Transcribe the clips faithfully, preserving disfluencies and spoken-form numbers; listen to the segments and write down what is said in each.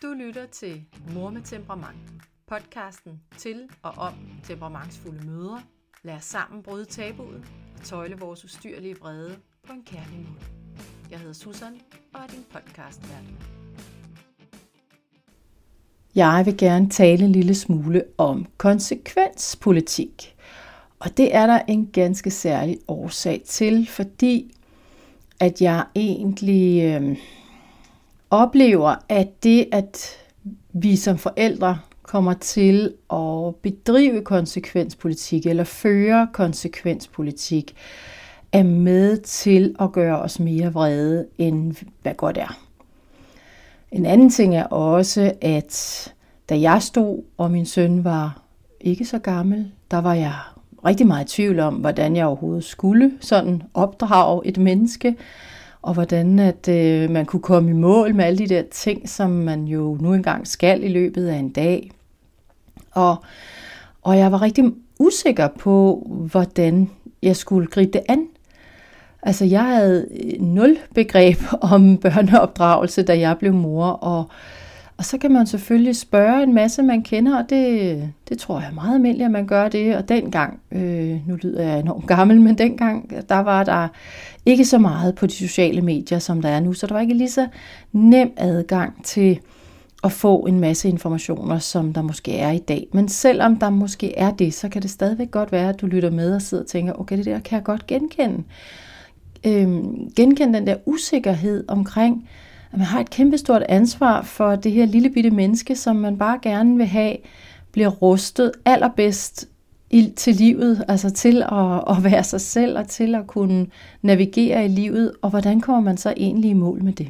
Du lytter til Mor med temperament. Podcasten til og om temperamentsfulde mødre. Lad os sammen bryde tabuet og tøjle vores ustyrlige vrede på en kærlig måde. Jeg hedder Susan og er din podcastvært. Jeg vil gerne tale en lille smule om konsekvenspolitik. Og det er der en ganske særlig årsag til, fordi at jeg egentlig øh, oplever, at det, at vi som forældre kommer til at bedrive konsekvenspolitik eller føre konsekvenspolitik, er med til at gøre os mere vrede, end hvad godt er. En anden ting er også, at da jeg stod, og min søn var ikke så gammel, der var jeg rigtig meget i tvivl om, hvordan jeg overhovedet skulle sådan opdrage et menneske, og hvordan at øh, man kunne komme i mål med alle de der ting, som man jo nu engang skal i løbet af en dag. Og, og jeg var rigtig usikker på, hvordan jeg skulle gribe det an. Altså jeg havde nul begreb om børneopdragelse, da jeg blev mor, og, og så kan man selvfølgelig spørge en masse, man kender, og det, det tror jeg er meget almindeligt, at man gør det. Og dengang, øh, nu lyder jeg enormt gammel, men dengang, der var der ikke så meget på de sociale medier, som der er nu, så der var ikke lige så nem adgang til at få en masse informationer, som der måske er i dag. Men selvom der måske er det, så kan det stadigvæk godt være, at du lytter med og sidder og tænker, okay, det der kan jeg godt genkende. Øhm, genkende den der usikkerhed omkring, at man har et kæmpestort ansvar for det her lille bitte menneske, som man bare gerne vil have, bliver rustet allerbedst i, til livet, altså til at, at være sig selv og til at kunne navigere i livet, og hvordan kommer man så egentlig i mål med det?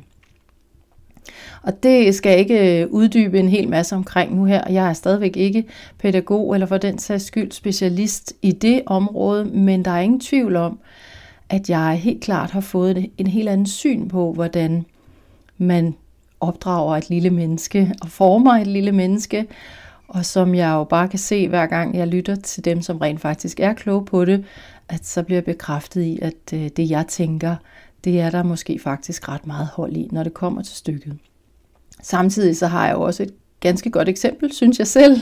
Og det skal jeg ikke uddybe en hel masse omkring nu her. Jeg er stadigvæk ikke pædagog eller for den sags skyld specialist i det område, men der er ingen tvivl om, at jeg helt klart har fået en helt anden syn på, hvordan man opdrager et lille menneske og former et lille menneske, og som jeg jo bare kan se, hver gang jeg lytter til dem, som rent faktisk er kloge på det, at så bliver jeg bekræftet i, at det jeg tænker, det er der måske faktisk ret meget hold i, når det kommer til stykket. Samtidig så har jeg jo også et ganske godt eksempel, synes jeg selv,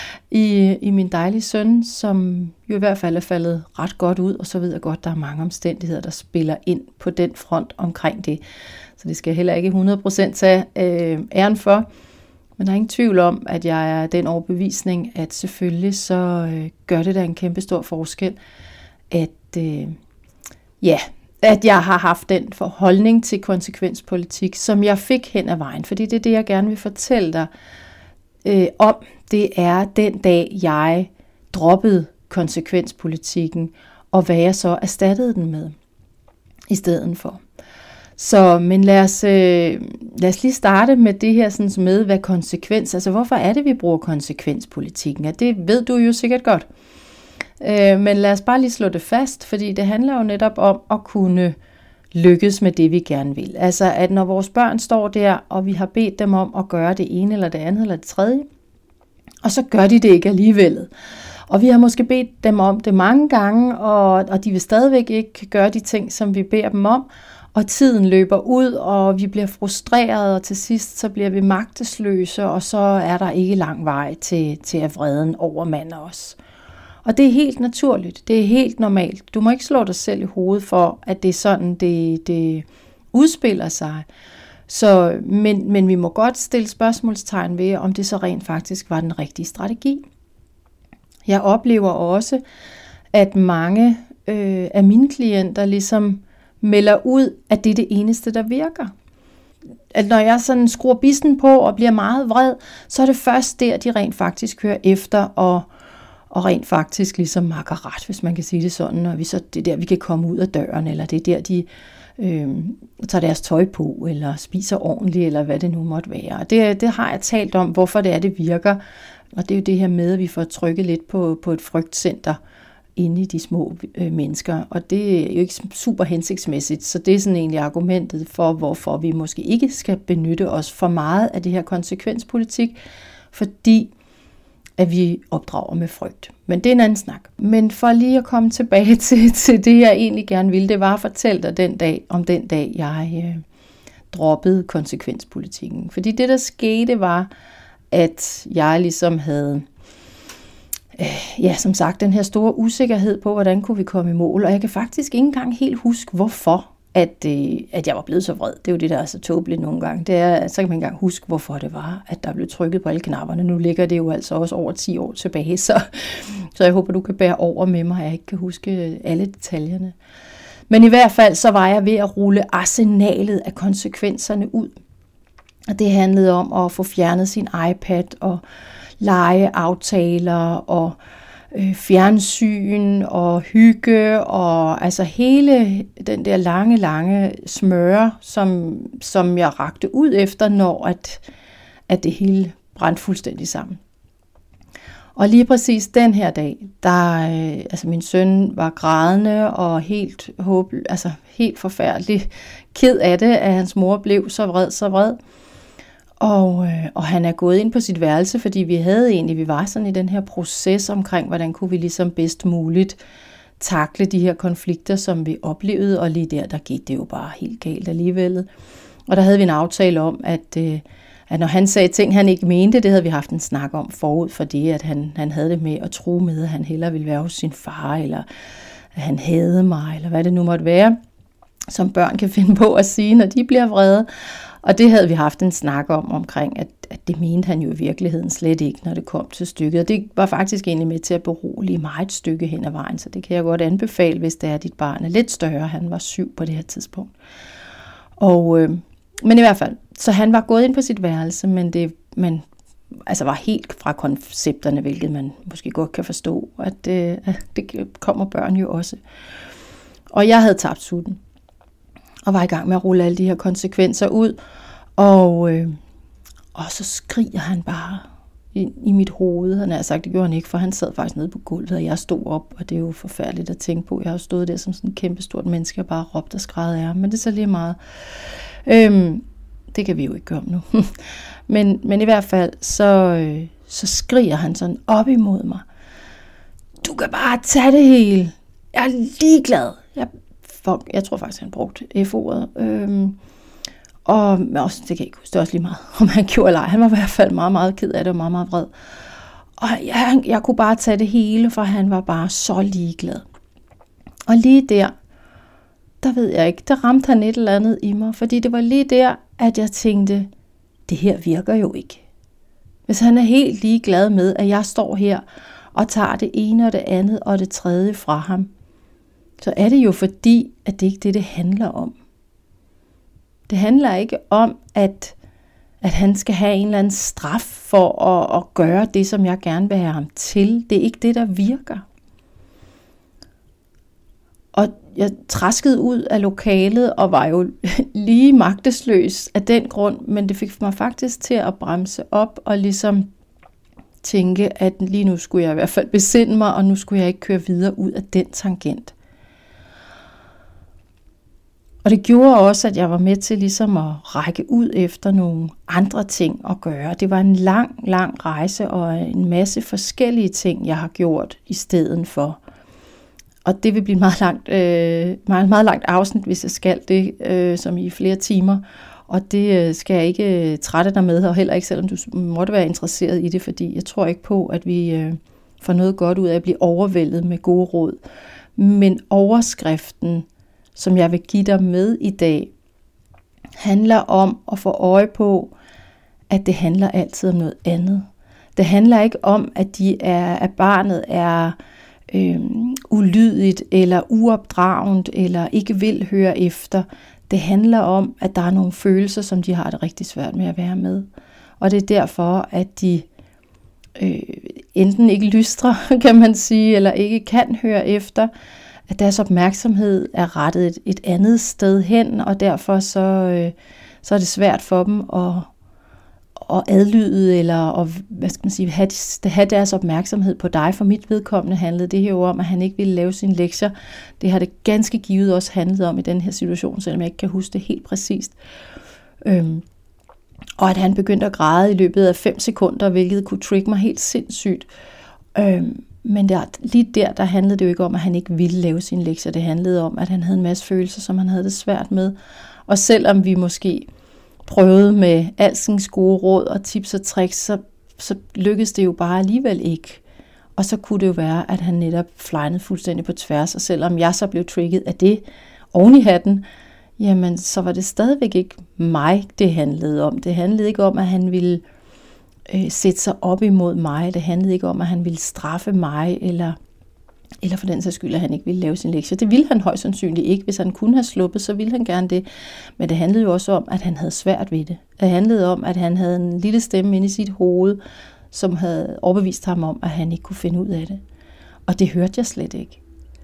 i, i min dejlige søn, som jo i hvert fald er faldet ret godt ud, og så ved jeg godt, der er mange omstændigheder, der spiller ind på den front omkring det. Så det skal jeg heller ikke hundrede procent tage øh, æren for. Men der er ingen tvivl om, at jeg er den overbevisning, at selvfølgelig så øh, gør det da en kæmpe stor forskel, at øh, ja, at jeg har haft den forholdning til konsekvenspolitik, som jeg fik hen ad vejen. Fordi det er det, jeg gerne vil fortælle dig øh, om. Det er den dag, jeg droppede konsekvenspolitikken, og hvad jeg så erstattede den med i stedet for. Så, men lad os, øh, lad os lige starte med det her sådan med, hvad konsekvens, altså hvorfor er det, vi bruger konsekvenspolitikken? Ja, det ved du jo sikkert godt. Øh, men lad os bare lige slå det fast, fordi det handler jo netop om at kunne lykkes med det, vi gerne vil. Altså at når vores børn står der, og vi har bedt dem om at gøre det ene, eller det andet, eller det tredje, og så gør de det ikke alligevel. Og vi har måske bedt dem om det mange gange, og, og de vil stadigvæk ikke gøre de ting, som vi beder dem om, og tiden løber ud, og vi bliver frustrerede, og til sidst så bliver vi magtesløse, og så er der ikke lang vej til, til at vreden overmander os. Og det er helt naturligt, det er helt normalt. Du må ikke slå dig selv i hovedet for, at det er sådan, det, det udspiller sig. Så, men, men vi må godt stille spørgsmålstegn ved, om det så rent faktisk var den rigtige strategi. Jeg oplever også, at mange øh, af mine klienter ligesom melder ud, at det er det eneste, der virker. At når jeg sådan skruer bissen på og bliver meget vred, så er det først der, de rent faktisk hører efter og, og rent faktisk ligesom makker ret, hvis man kan sige det sådan. Og vi så, det er der, vi kan komme ud af døren, eller det er der, de øh, tager deres tøj på, eller spiser ordentligt, eller hvad det nu måtte være. Og det, det har jeg talt om, hvorfor det er, det virker. Og det er jo det her med, at vi får trykket lidt på, på et frygtcenter inde i de små øh, mennesker, og det er jo ikke super hensigtsmæssigt, så det er sådan egentlig argumentet for, hvorfor vi måske ikke skal benytte os for meget af det her konsekvenspolitik, fordi at vi opdrager med frygt. Men det er en anden snak. Men for lige at komme tilbage til, til det, jeg egentlig gerne ville, det var at fortælle dig den dag, om den dag, jeg øh, droppede konsekvenspolitikken. Fordi det, der skete, var, at jeg ligesom havde, øh, ja, som sagt, den her store usikkerhed på, hvordan kunne vi komme i mål. Og jeg kan faktisk ikke engang helt huske, hvorfor at, øh, at jeg var blevet så vred. Det er jo det, der er så tåbeligt nogle gange. Det er, så kan man ikke engang huske, hvorfor det var, at der blev trykket på alle knapperne. Nu ligger det jo altså også over ti år tilbage, så, så jeg håber, du kan bære over med mig, at jeg ikke kan huske alle detaljerne. Men i hvert fald, så var jeg ved at rulle arsenalet af konsekvenserne ud. Og det handlede om at få fjernet sin iPad og legeaftaler og øh, fjernsyn og hygge og altså hele den der lange, lange smøre, som, som jeg rakte ud efter, når at, at det hele brændte fuldstændig sammen. Og lige præcis den her dag, der øh, altså min søn var grædende og helt håbløs, altså helt forfærdelig ked af det, at hans mor blev så vred, så vred. Og, øh, og han er gået ind på sit værelse, fordi vi havde egentlig, vi var sådan i den her proces omkring, hvordan kunne vi ligesom bedst muligt takle de her konflikter, som vi oplevede, og lige der, der gik det jo bare helt galt alligevel. Og der havde vi en aftale om, at, øh, at når han sagde ting, han ikke mente, det havde vi haft en snak om forud, fordi at han, han havde det med at tro med, at han hellere ville være hos sin far, eller at han havde mig, eller hvad det nu måtte være, som børn kan finde på at sige, når de bliver vrede. Og det havde vi haft en snak om, omkring, at, at det mente han jo i virkeligheden slet ikke, når det kom til stykket. Og det var faktisk egentlig med til at berolige mig et stykke hen ad vejen, så det kan jeg godt anbefale, hvis det er, at dit barn er lidt større. Han var syv på det her tidspunkt. Og, øh, men i hvert fald, så han var gået ind på sit værelse, men det men, altså var helt fra koncepterne, hvilket man måske godt kan forstå, at, øh, at det kommer børn jo også. Og jeg havde tabt sutten og var i gang med at rulle alle de her konsekvenser ud. Og, øh, og så skriger han bare i, i mit hoved. Han har sagt, det gjorde han ikke, for han sad faktisk nede på gulvet, og jeg stod op, og det er jo forfærdeligt at tænke på. Jeg har stået der som sådan en kæmpestort menneske, og bare råbt og skrædet af ham, men det er så lige meget. Øhm, det kan vi jo ikke gøre om nu. men, men i hvert fald, så, øh, så skriger han sådan op imod mig. Du kan bare tage det hele. Jeg er ligeglad. Jeg Fuck, jeg tror faktisk, han brugte F-ordet. Øhm, og også, det kan jeg ikke huske, det er også lige meget, om han gjorde eller ej. Han var i hvert fald meget, meget ked af det, og meget, meget vred. Og jeg, jeg kunne bare tage det hele, for han var bare så ligeglad. Og lige der, der ved jeg ikke, der ramte han et eller andet i mig, fordi det var lige der, at jeg tænkte, det her virker jo ikke. Hvis han er helt ligeglad med, at jeg står her og tager det ene og det andet og det tredje fra ham, så er det jo fordi, at det ikke er det, det handler om. Det handler ikke om, at, at han skal have en eller anden straf for at, at gøre det, som jeg gerne vil have ham til. Det er ikke det, der virker. Og jeg traskede ud af lokalet og var jo lige magtesløs af den grund, men det fik mig faktisk til at bremse op og ligesom tænke, at lige nu skulle jeg i hvert fald besinde mig, og nu skulle jeg ikke køre videre ud af den tangent. Og det gjorde også, at jeg var med til ligesom at række ud efter nogle andre ting at gøre. Det var en lang, lang rejse og en masse forskellige ting, jeg har gjort i stedet for. Og det vil blive et meget langt, øh, meget, meget langt afsnit, hvis jeg skal det, øh, som i flere timer. Og det skal jeg ikke øh, trætte dig med, og heller ikke, selvom du måtte være interesseret i det, fordi jeg tror ikke på, at vi øh, får noget godt ud af at blive overvældet med gode råd. Men overskriften, som jeg vil give dig med i dag, handler om at få øje på, at det handler altid om noget andet. Det handler ikke om, at, de er, at barnet er øh, ulydigt eller uopdragent eller ikke vil høre efter. Det handler om, at der er nogle følelser, som de har det rigtig svært med at være med. Og det er derfor, at de øh, enten ikke lystrer, kan man sige, eller ikke kan høre efter, at deres opmærksomhed er rettet et, et andet sted hen, og derfor så, øh, så er det svært for dem at, at adlyde, eller at, hvad skal man sige, have, have deres opmærksomhed på dig. For mit vedkommende handlede det her jo om, at han ikke ville lave sine lektier. Det har det ganske givet også handlet om i den her situation, selvom jeg ikke kan huske det helt præcist. Øhm, og at han begyndte at græde i løbet af fem sekunder, hvilket kunne trigge mig helt sindssygt. Øhm, Men der, lige der, der handlede det jo ikke om, at han ikke ville lave sine lektier. Det handlede om, at han havde en masse følelser, som han havde det svært med. Og selvom vi måske prøvede med alskens gode råd og tips og tricks, så, så lykkedes det jo bare alligevel ikke. Og så kunne det jo være, at han netop flejnede fuldstændig på tværs, og selvom jeg så blev trigget af det oven i hatten, jamen så var det stadigvæk ikke mig, det handlede om. Det handlede ikke om, at han ville øh, sætte sig op imod mig. Det handlede ikke om, at han ville straffe mig, eller, eller for den sags skyld, at han ikke ville lave sin lektie. Det ville han højst sandsynligt ikke. Hvis han kunne have sluppet, så ville han gerne det. Men det handlede jo også om, at han havde svært ved det. Det handlede om, at han havde en lille stemme inde i sit hoved, som havde overbevist ham om, at han ikke kunne finde ud af det. Og det hørte jeg slet ikke.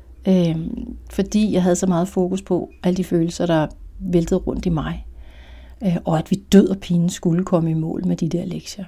Øhm, fordi jeg havde så meget fokus på alle de følelser, der væltede rundt i mig. Øh, og at vi død og pine skulle komme i mål med de der lektier.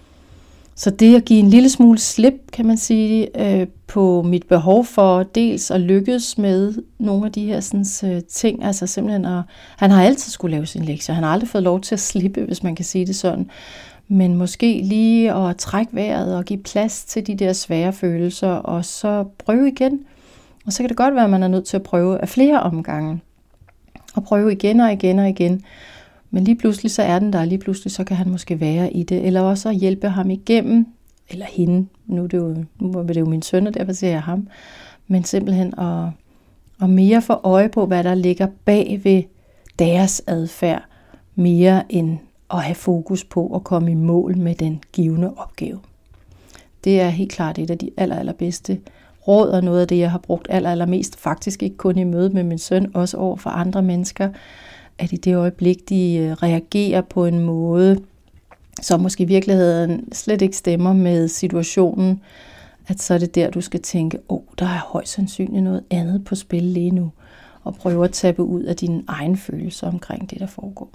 Så det at give en lille smule slip, kan man sige, øh, på mit behov for dels at lykkes med nogle af de her sådan, øh, ting. Altså simpelthen at, han har altid skulle lave sin lektier. Han har aldrig fået lov til at slippe, hvis man kan sige det sådan. Men måske lige at trække vejret og give plads til de der svære følelser, og så prøve igen. Og så kan det godt være, at man er nødt til at prøve af flere omgange. Og prøve igen og igen og igen. Men lige pludselig så er den der, lige pludselig så kan han måske være i det. Eller også at hjælpe ham igennem, eller hende. Nu er det jo, nu er det jo min søn, og derfor siger jeg ham. Men simpelthen at, at mere få øje på, hvad der ligger bag ved deres adfærd. Mere end at have fokus på at komme i mål med den givne opgave. Det er helt klart et af de aller, allerbedste råd, og noget af det, jeg har brugt aller, allermest, faktisk ikke kun i møde med min søn, også over for andre mennesker, at i det øjeblik, de reagerer på en måde, som måske i virkeligheden slet ikke stemmer med situationen, at så er det der, du skal tænke, åh, oh, der er højst sandsynligt noget andet på spil lige nu, og prøve at tappe ud af dine egne følelser omkring det, der foregår.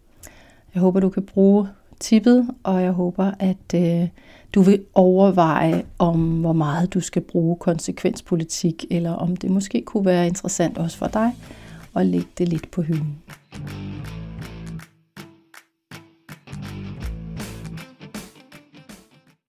Jeg håber, du kan bruge tippet, og jeg håber, at øh, du vil overveje, om hvor meget du skal bruge konsekvenspolitik, eller om det måske kunne være interessant også for dig at lægge det lidt på hylden.